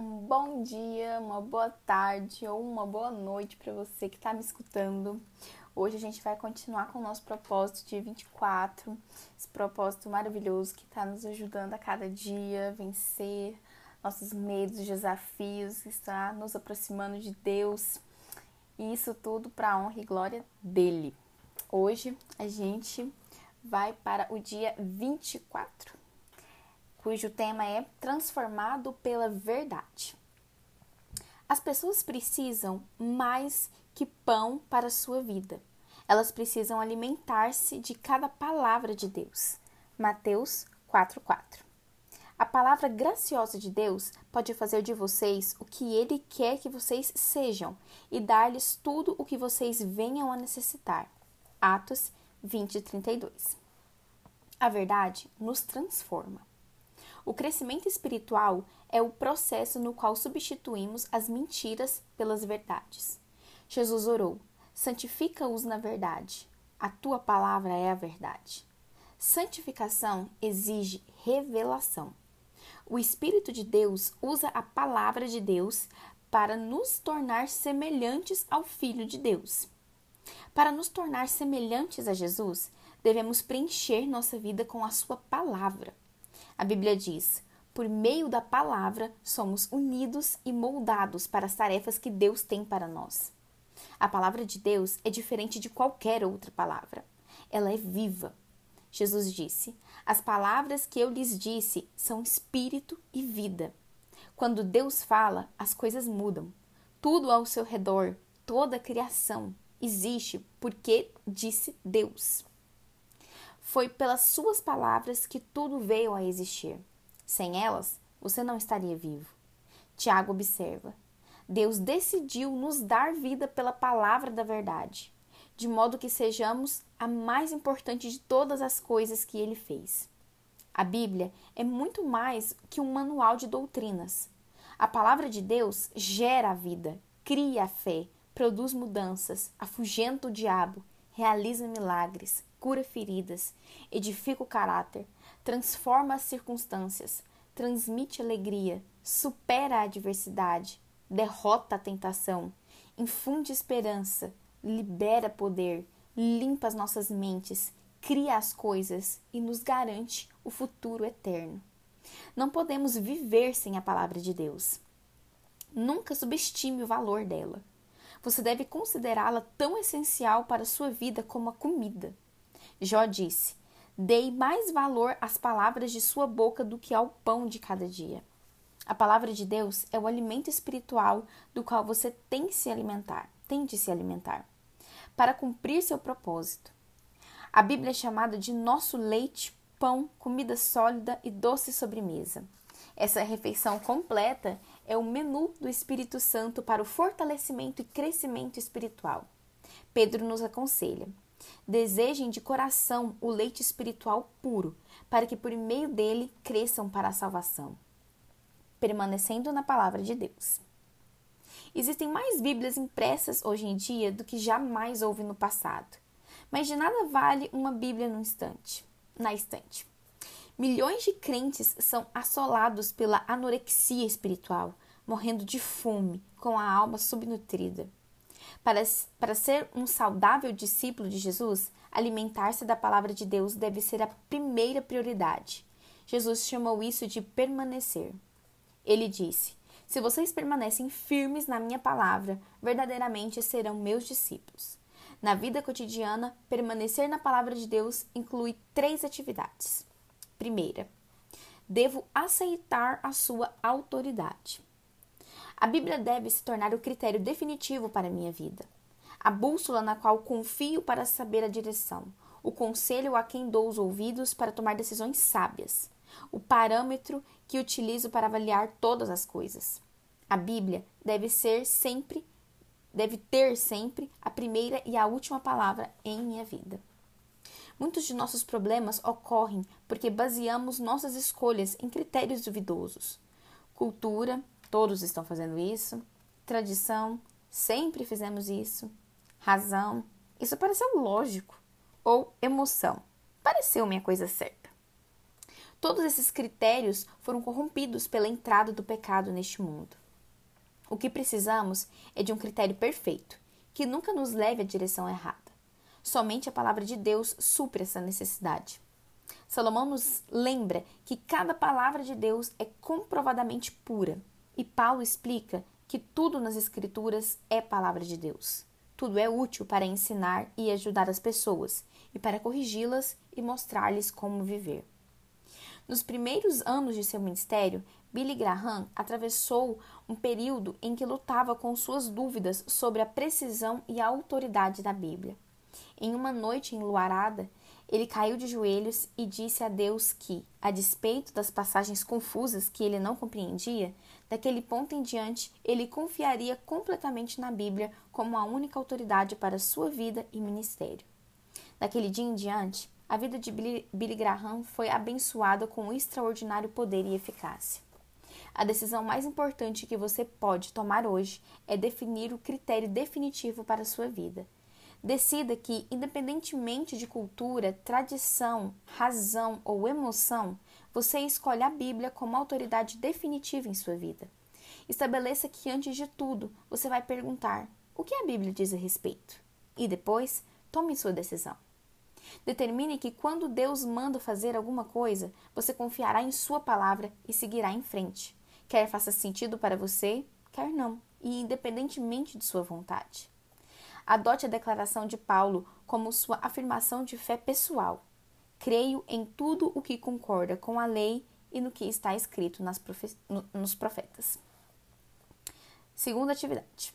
Um bom dia, uma boa tarde ou uma boa noite para você que está me escutando. Hoje a gente vai continuar com o nosso propósito de 24, esse propósito maravilhoso que está nos ajudando a cada dia vencer nossos medos, desafios, está nos aproximando de Deus e isso tudo para a honra e glória dele. Hoje a gente vai para o dia 24, cujo tema é Transformado pela Verdade. As pessoas precisam mais que pão para a sua vida. Elas precisam alimentar-se de cada palavra de Deus. Mateus 4:4. A palavra graciosa de Deus pode fazer de vocês o que Ele quer que vocês sejam e dar-lhes tudo o que vocês venham a necessitar. Atos 20:32. A verdade nos transforma. O crescimento espiritual é o processo no qual substituímos as mentiras pelas verdades. Jesus orou: santifica-os na verdade. A tua palavra é a verdade. Santificação exige revelação. O Espírito de Deus usa a palavra de Deus para nos tornar semelhantes ao Filho de Deus. Para nos tornar semelhantes a Jesus, devemos preencher nossa vida com a sua palavra. A Bíblia diz: por meio da palavra somos unidos e moldados para as tarefas que Deus tem para nós. A palavra de Deus é diferente de qualquer outra palavra. Ela é viva. Jesus disse: as palavras que eu lhes disse são espírito e vida. Quando Deus fala, as coisas mudam. Tudo ao seu redor, toda a criação, existe porque disse Deus. Foi pelas suas palavras que tudo veio a existir. Sem elas, você não estaria vivo. Tiago observa: Deus decidiu nos dar vida pela palavra da verdade, de modo que sejamos a mais importante de todas as coisas que ele fez. A Bíblia é muito mais que um manual de doutrinas. A palavra de Deus gera a vida, cria a fé, produz mudanças, afugenta o diabo, realiza milagres, cura feridas, edifica o caráter, transforma as circunstâncias, transmite alegria, supera a adversidade, derrota a tentação, infunde esperança, libera poder, limpa as nossas mentes, cria as coisas e nos garante o futuro eterno. Não podemos viver sem a palavra de Deus. Nunca subestime o valor dela. Você deve considerá-la tão essencial para a sua vida como a comida. Jó disse: dei mais valor às palavras de sua boca do que ao pão de cada dia. A palavra de Deus é o alimento espiritual do qual você tem de se alimentar, para cumprir seu propósito. A Bíblia é chamada de nosso leite, pão, comida sólida e doce sobremesa. Essa refeição completa é o menu do Espírito Santo para o fortalecimento e crescimento espiritual. Pedro nos aconselha: desejem de coração o leite espiritual puro, para que por meio dele cresçam para a salvação, permanecendo na palavra de Deus. Existem mais Bíblias impressas hoje em dia do que jamais houve no passado, mas de nada vale uma Bíblia na estante. Milhões de crentes são assolados pela anorexia espiritual, morrendo de fome, com a alma subnutrida. Para ser um saudável discípulo de Jesus, alimentar-se da palavra de Deus deve ser a primeira prioridade. Jesus chamou isso de permanecer. Ele disse: se vocês permanecem firmes na minha palavra, verdadeiramente serão meus discípulos. Na vida cotidiana, permanecer na palavra de Deus inclui 3 atividades. Primeira, devo aceitar a sua autoridade. A Bíblia deve se tornar o critério definitivo para a minha vida. A bússola na qual confio para saber a direção. O conselho a quem dou os ouvidos para tomar decisões sábias. O parâmetro que utilizo para avaliar todas as coisas. A Bíblia deve ter sempre a primeira e a última palavra em minha vida. Muitos de nossos problemas ocorrem porque baseamos nossas escolhas em critérios duvidosos. Cultura, todos estão fazendo isso. Tradição, sempre fizemos isso. Razão, isso pareceu lógico. Ou emoção, pareceu minha coisa certa. Todos esses critérios foram corrompidos pela entrada do pecado neste mundo. O que precisamos é de um critério perfeito, que nunca nos leve à direção errada. Somente a palavra de Deus supre essa necessidade. Salomão nos lembra que cada palavra de Deus é comprovadamente pura, e Paulo explica que tudo nas Escrituras é palavra de Deus. Tudo é útil para ensinar e ajudar as pessoas, e para corrigi-las e mostrar-lhes como viver. Nos primeiros anos de seu ministério, Billy Graham atravessou um período em que lutava com suas dúvidas sobre a precisão e a autoridade da Bíblia. Em uma noite enluarada, ele caiu de joelhos e disse a Deus que, a despeito das passagens confusas que ele não compreendia, daquele ponto em diante ele confiaria completamente na Bíblia como a única autoridade para sua vida e ministério. Daquele dia em diante, a vida de Billy Graham foi abençoada com um extraordinário poder e eficácia. A decisão mais importante que você pode tomar hoje é definir o critério definitivo para a sua vida. Decida que, independentemente de cultura, tradição, razão ou emoção, você escolhe a Bíblia como autoridade definitiva em sua vida. Estabeleça que, antes de tudo, você vai perguntar: o que a Bíblia diz a respeito? E depois, tome sua decisão. Determine que, quando Deus manda fazer alguma coisa, você confiará em sua palavra e seguirá em frente. Quer faça sentido para você, quer não, e independentemente de sua vontade. Adote a declaração de Paulo como sua afirmação de fé pessoal. Creio em tudo o que concorda com a lei e no que está escrito nos profetas. Segunda atividade.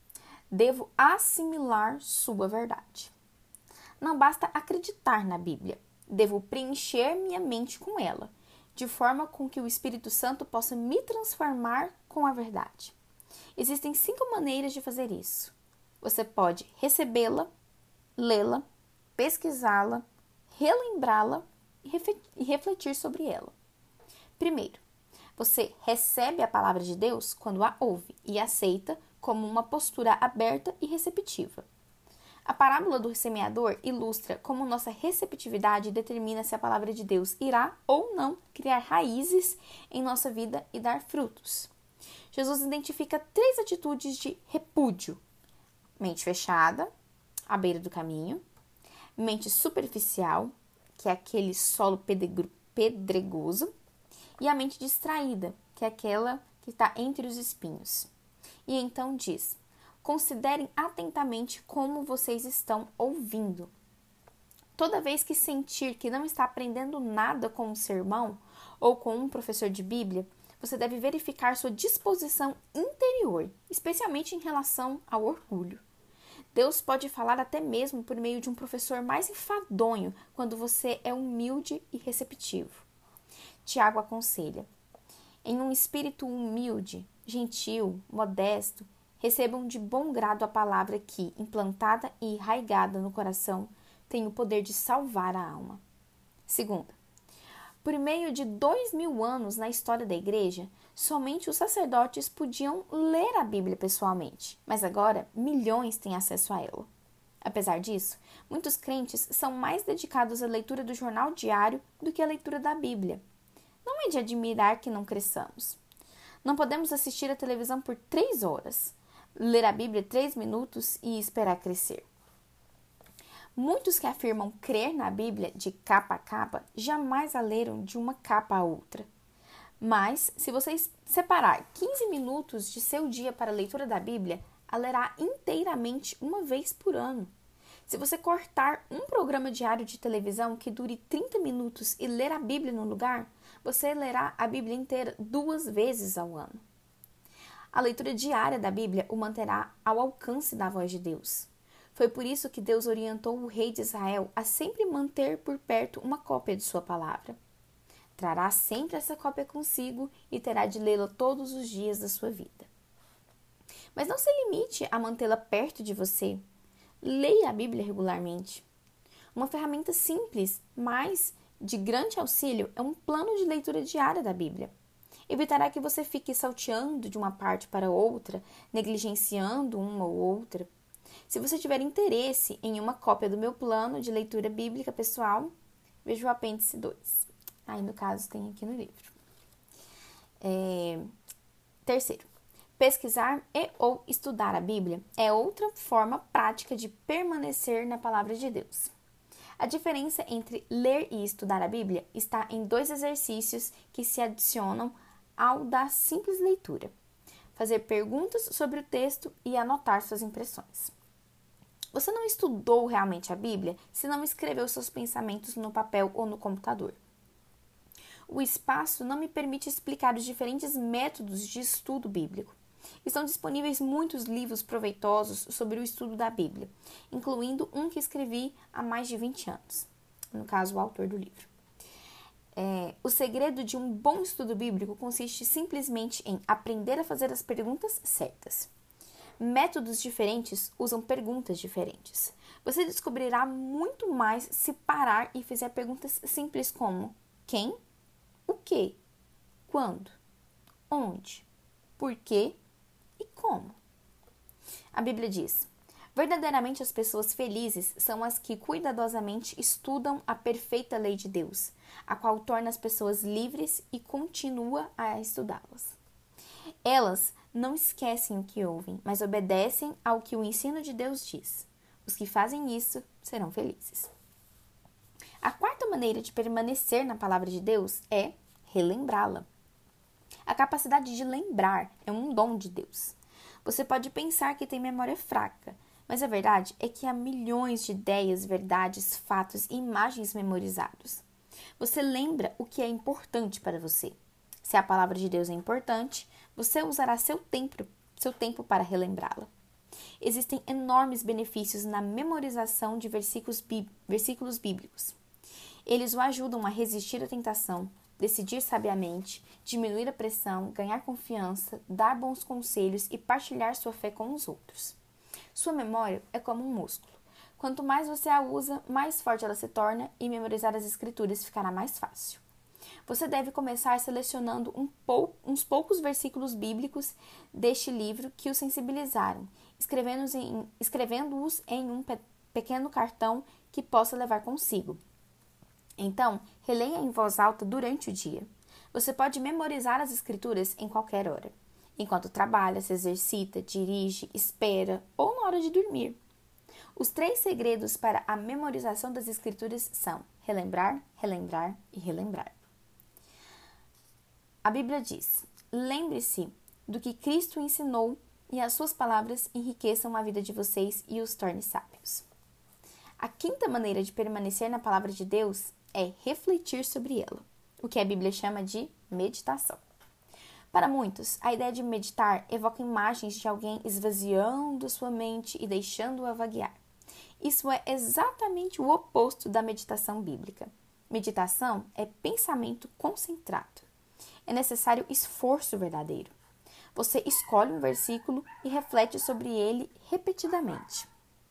Devo assimilar sua verdade. Não basta acreditar na Bíblia. Devo preencher minha mente com ela, de forma com que o Espírito Santo possa me transformar com a verdade. Existem 5 maneiras de fazer isso. Você pode recebê-la, lê-la, pesquisá-la, relembrá-la e refletir sobre ela. Primeiro, você recebe a palavra de Deus quando a ouve e aceita como uma postura aberta e receptiva. A parábola do semeador ilustra como nossa receptividade determina se a palavra de Deus irá ou não criar raízes em nossa vida e dar frutos. Jesus identifica 3 atitudes de repúdio: mente fechada, à beira do caminho; mente superficial, que é aquele solo pedregoso; e a mente distraída, que é aquela que está entre os espinhos. E então diz: considerem atentamente como vocês estão ouvindo. Toda vez que sentir que não está aprendendo nada com um sermão ou com um professor de Bíblia, você deve verificar sua disposição interior, especialmente em relação ao orgulho. Deus pode falar até mesmo por meio de um professor mais enfadonho quando você é humilde e receptivo. Tiago aconselha: em um espírito humilde, gentil, modesto, recebam de bom grado a palavra que, implantada e enraizada no coração, tem o poder de salvar a alma. Segunda, por meio de 2000 anos na história da igreja, somente os sacerdotes podiam ler a Bíblia pessoalmente, mas agora milhões têm acesso a ela. Apesar disso, muitos crentes são mais dedicados à leitura do jornal diário do que à leitura da Bíblia. Não é de admirar que não cresçamos. Não podemos assistir à televisão por 3 horas, ler a Bíblia 3 minutos e esperar crescer. Muitos que afirmam crer na Bíblia de capa a capa jamais a leram de uma capa a outra. Mas, se você separar 15 minutos de seu dia para a leitura da Bíblia, a lerá inteiramente uma vez por ano. Se você cortar um programa diário de televisão que dure 30 minutos e ler a Bíblia no lugar, você lerá a Bíblia inteira 2 vezes ao ano. A leitura diária da Bíblia o manterá ao alcance da voz de Deus. Foi por isso que Deus orientou o rei de Israel a sempre manter por perto uma cópia de sua palavra. Trará sempre essa cópia consigo e terá de lê-la todos os dias da sua vida. Mas não se limite a mantê-la perto de você. Leia a Bíblia regularmente. Uma ferramenta simples, mas de grande auxílio, é um plano de leitura diária da Bíblia. Evitará que você fique salteando de uma parte para outra, negligenciando uma ou outra. Se você tiver interesse em uma cópia do meu plano de leitura bíblica pessoal, veja o apêndice 2. Aí, no caso, tem aqui no livro. Terceiro, pesquisar e ou estudar a Bíblia é outra forma prática de permanecer na palavra de Deus. A diferença entre ler e estudar a Bíblia está em dois exercícios que se adicionam ao da simples leitura: fazer perguntas sobre o texto e anotar suas impressões. Você não estudou realmente a Bíblia se não escreveu seus pensamentos no papel ou no computador. O espaço não me permite explicar os diferentes métodos de estudo bíblico. Estão disponíveis muitos livros proveitosos sobre o estudo da Bíblia, incluindo um que escrevi há mais de 20 anos, no caso, o autor do livro. O segredo de um bom estudo bíblico consiste simplesmente em aprender a fazer as perguntas certas. Métodos diferentes usam perguntas diferentes. Você descobrirá muito mais se parar e fizer perguntas simples como: quem? O que? Quando? Onde? Por quê? E como? A Bíblia diz: verdadeiramente as pessoas felizes são as que cuidadosamente estudam a perfeita lei de Deus, a qual torna as pessoas livres e continua a estudá-las. Elas não esquecem o que ouvem, mas obedecem ao que o ensino de Deus diz. Os que fazem isso serão felizes. A quarta maneira de permanecer na palavra de Deus é relembrá-la. A capacidade de lembrar é um dom de Deus. Você pode pensar que tem memória fraca, mas a verdade é que há milhões de ideias, verdades, fatos e imagens memorizados. Você lembra o que é importante para você. Se a palavra de Deus é importante, você usará seu tempo para relembrá-la. Existem enormes benefícios na memorização de versículos bíblicos. Eles o ajudam a resistir à tentação, decidir sabiamente, diminuir a pressão, ganhar confiança, dar bons conselhos e partilhar sua fé com os outros. Sua memória é como um músculo. Quanto mais você a usa, mais forte ela se torna e memorizar as escrituras ficará mais fácil. Você deve começar selecionando uns poucos versículos bíblicos deste livro que o sensibilizaram, escrevendo-os em um pequeno cartão que possa levar consigo. Então, releia em voz alta durante o dia. Você pode memorizar as escrituras em qualquer hora, enquanto trabalha, se exercita, dirige, espera ou na hora de dormir. Os 3 segredos para a memorização das escrituras são relembrar, relembrar e relembrar. A Bíblia diz: lembre-se do que Cristo ensinou e as suas palavras enriqueçam a vida de vocês e os torne sábios. A quinta maneira de permanecer na palavra de Deus é refletir sobre ela, o que a Bíblia chama de meditação. Para muitos, a ideia de meditar evoca imagens de alguém esvaziando sua mente e deixando-a vaguear. Isso é exatamente o oposto da meditação bíblica. Meditação é pensamento concentrado. É necessário esforço verdadeiro. Você escolhe um versículo e reflete sobre ele repetidamente.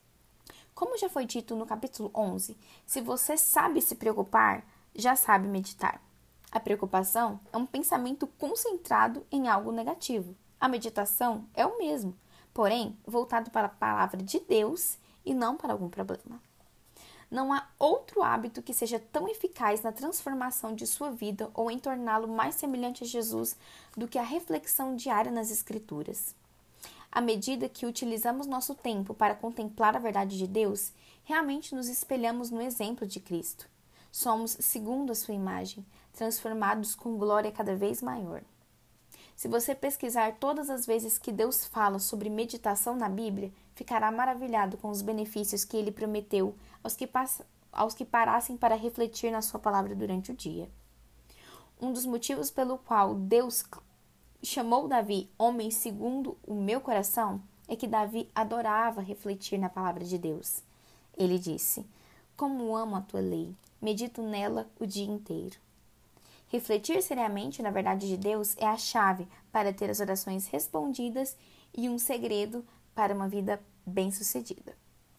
Como já foi dito no capítulo 11, se você sabe se preocupar, já sabe meditar. A preocupação é um pensamento concentrado em algo negativo. A meditação é o mesmo, porém voltado para a palavra de Deus e não para algum problema. Não há outro hábito que seja tão eficaz na transformação de sua vida ou em torná-lo mais semelhante a Jesus do que a reflexão diária nas Escrituras. À medida que utilizamos nosso tempo para contemplar a verdade de Deus, realmente nos espelhamos no exemplo de Cristo. Somos, segundo a sua imagem, transformados com glória cada vez maior. Se você pesquisar todas as vezes que Deus fala sobre meditação na Bíblia, ficará maravilhado com os benefícios que ele prometeu aos que parassem para refletir na sua palavra durante o dia. Um dos motivos pelo qual Deus chamou Davi homem segundo o meu coração é que Davi adorava refletir na palavra de Deus. Ele disse: como amo a tua lei, medito nela o dia inteiro. Refletir seriamente na verdade de Deus é a chave para ter as orações respondidas e um segredo para uma vida bem-sucedida.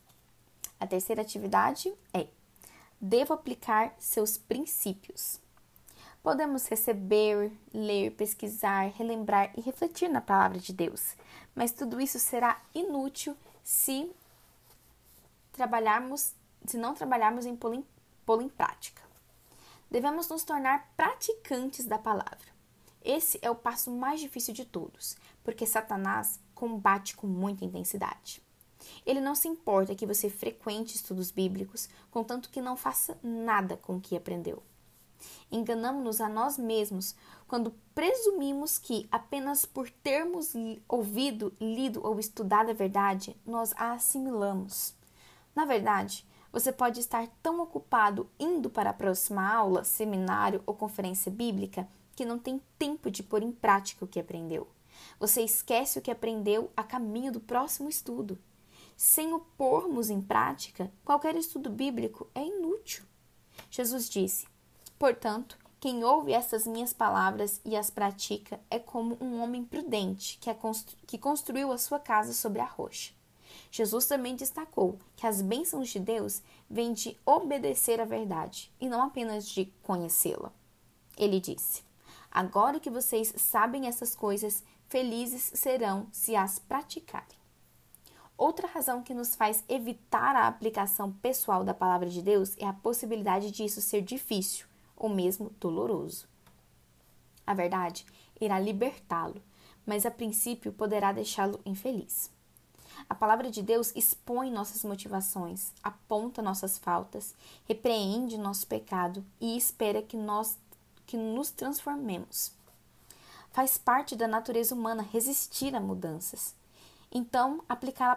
A terceira atividade é: devo aplicar seus princípios. Podemos receber, ler, pesquisar, relembrar e refletir na palavra de Deus, mas tudo isso será inútil se não trabalharmos em pô-lo em prática. Devemos nos tornar praticantes da palavra. Esse é o passo mais difícil de todos, porque Satanás combate com muita intensidade. Ele não se importa que você frequente estudos bíblicos, contanto que não faça nada com o que aprendeu. Enganamos-nos a nós mesmos quando presumimos que, apenas por termos ouvido, lido ou estudado a verdade, nós a assimilamos. Na verdade, você pode estar tão ocupado indo para a próxima aula, seminário ou conferência bíblica que não tem tempo de pôr em prática o que aprendeu. Você esquece o que aprendeu a caminho do próximo estudo. Sem o pormos em prática, qualquer estudo bíblico é inútil. Jesus disse: portanto, quem ouve essas minhas palavras e as pratica é como um homem prudente que construiu a sua casa sobre a rocha. Jesus também destacou que as bênçãos de Deus vêm de obedecer à verdade e não apenas de conhecê-la. Ele disse: agora que vocês sabem essas coisas, felizes serão se as praticarem. Outra razão que nos faz evitar a aplicação pessoal da palavra de Deus é a possibilidade de isso ser difícil ou mesmo doloroso. A verdade irá libertá-lo, mas a princípio poderá deixá-lo infeliz. A palavra de Deus expõe nossas motivações, aponta nossas faltas, repreende nosso pecado e espera que nos transformemos. Faz parte da natureza humana resistir a mudanças. Então, aplicar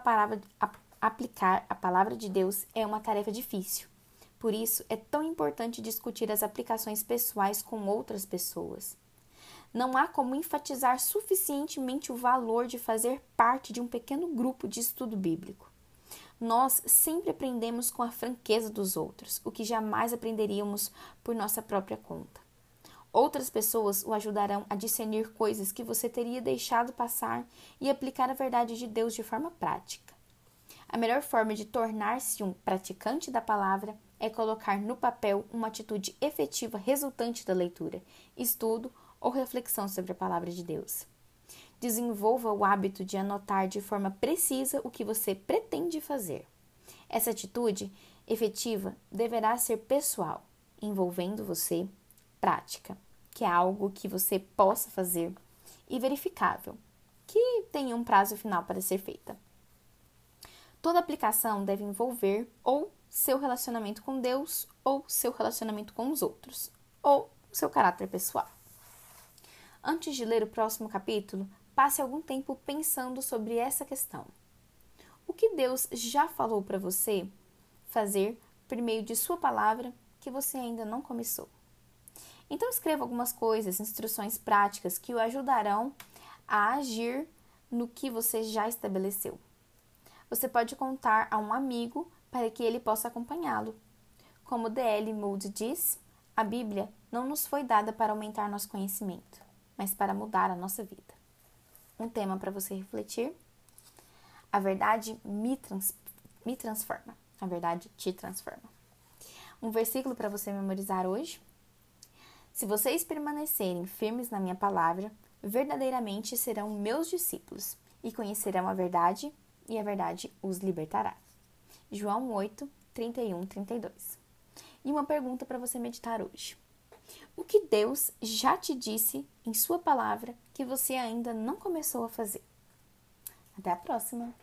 a palavra de Deus é uma tarefa difícil. Por isso, é tão importante discutir as aplicações pessoais com outras pessoas. Não há como enfatizar suficientemente o valor de fazer parte de um pequeno grupo de estudo bíblico. Nós sempre aprendemos com a franqueza dos outros, o que jamais aprenderíamos por nossa própria conta. Outras pessoas o ajudarão a discernir coisas que você teria deixado passar e aplicar a verdade de Deus de forma prática. A melhor forma de tornar-se um praticante da palavra é colocar no papel uma atitude efetiva resultante da leitura, estudo ou reflexão sobre a palavra de Deus. Desenvolva o hábito de anotar de forma precisa o que você pretende fazer. Essa atitude efetiva deverá ser pessoal, envolvendo você, prática, que é algo que você possa fazer, e verificável, que tenha um prazo final para ser feita. Toda aplicação deve envolver ou seu relacionamento com Deus, ou seu relacionamento com os outros, ou seu caráter pessoal. Antes de ler o próximo capítulo, passe algum tempo pensando sobre essa questão. O que Deus já falou para você fazer por meio de sua palavra que você ainda não começou? Então escreva algumas coisas, instruções práticas que o ajudarão a agir no que você já estabeleceu. Você pode contar a um amigo para que ele possa acompanhá-lo. Como D.L. Moody diz, a Bíblia não nos foi dada para aumentar nosso conhecimento, mas para mudar a nossa vida. Um tema para você refletir: a verdade me transforma, a verdade te transforma. Um versículo para você memorizar hoje: se vocês permanecerem firmes na minha palavra, verdadeiramente serão meus discípulos e conhecerão a verdade, e a verdade os libertará. João 8, 31, 32. E uma pergunta para você meditar hoje: o que Deus já te disse em sua palavra que você ainda não começou a fazer? Até a próxima!